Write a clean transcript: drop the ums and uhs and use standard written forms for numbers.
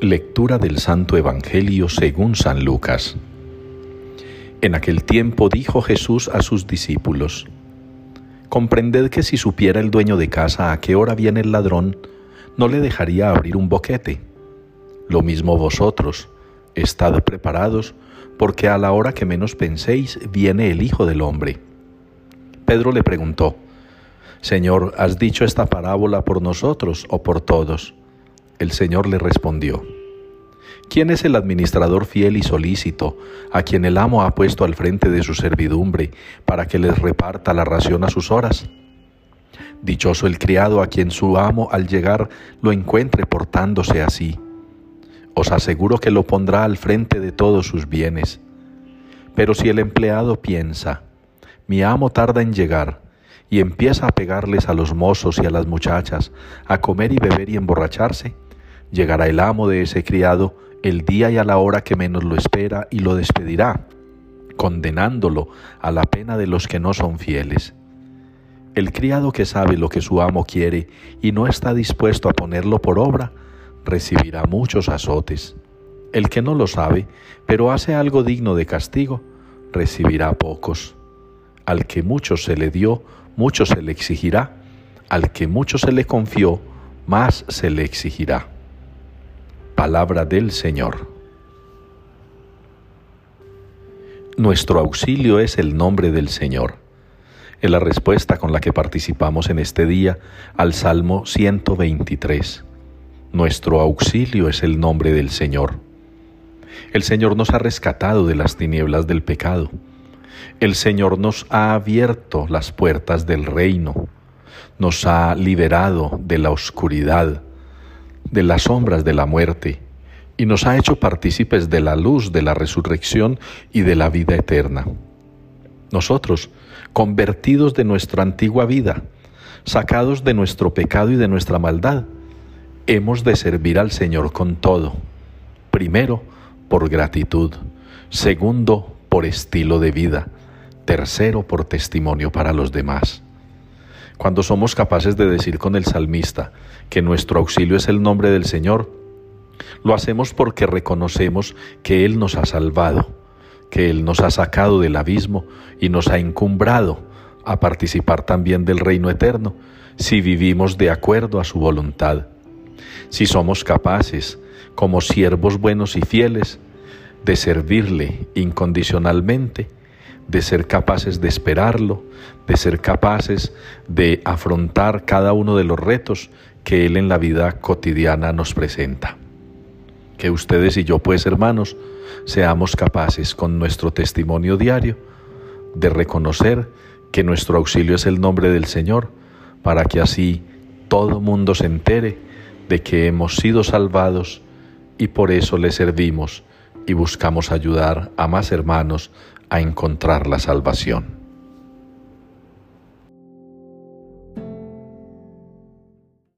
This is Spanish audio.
Lectura del Santo Evangelio según San Lucas. En aquel tiempo dijo Jesús a sus discípulos: Comprended que si supiera el dueño de casa a qué hora viene el ladrón, no le dejaría abrir un boquete. Lo mismo vosotros, estad preparados, porque a la hora que menos penséis viene el Hijo del Hombre. Pedro le preguntó: Señor, ¿has dicho esta parábola por nosotros o por todos? El Señor le respondió: ¿Quién es el administrador fiel y solícito, a quien el amo ha puesto al frente de su servidumbre para que les reparta la ración a sus horas? Dichoso el criado a quien su amo al llegar lo encuentre portándose así. Os aseguro que lo pondrá al frente de todos sus bienes. Pero si el empleado piensa: mi amo tarda en llegar, y empieza a pegarles a los mozos y a las muchachas, a comer y beber y emborracharse, llegará el amo de ese criado el día y a la hora que menos lo espera y lo despedirá, condenándolo a la pena de los que no son fieles. El criado que sabe lo que su amo quiere y no está dispuesto a ponerlo por obra, recibirá muchos azotes. El que no lo sabe, pero hace algo digno de castigo, recibirá pocos. Al que mucho se le dio, mucho se le exigirá. Al que mucho se le confió, más se le exigirá. Palabra del Señor. Nuestro auxilio es el nombre del Señor. Es la respuesta con la que participamos en este día al Salmo 123. Nuestro auxilio es el nombre del Señor. El Señor nos ha rescatado de las tinieblas del pecado. El Señor nos ha abierto las puertas del reino. Nos ha liberado de la oscuridad, de las sombras de la muerte, y nos ha hecho partícipes de la luz de la resurrección y de la vida eterna. Nosotros, convertidos de nuestra antigua vida, sacados de nuestro pecado y de nuestra maldad, hemos de servir al Señor con todo. Primero, por gratitud. Segundo, por estilo de vida. Tercero, por testimonio para los demás. Cuando somos capaces de decir con el salmista que nuestro auxilio es el nombre del Señor, lo hacemos porque reconocemos que Él nos ha salvado, que Él nos ha sacado del abismo y nos ha encumbrado a participar también del reino eterno si vivimos de acuerdo a su voluntad. Si somos capaces, como siervos buenos y fieles, de servirle incondicionalmente, de ser capaces de esperarlo, de ser capaces de afrontar cada uno de los retos que Él en la vida cotidiana nos presenta. Que ustedes y yo, pues, hermanos, seamos capaces con nuestro testimonio diario de reconocer que nuestro auxilio es el nombre del Señor, para que así todo mundo se entere de que hemos sido salvados y por eso le servimos y buscamos ayudar a más hermanos a encontrar la salvación.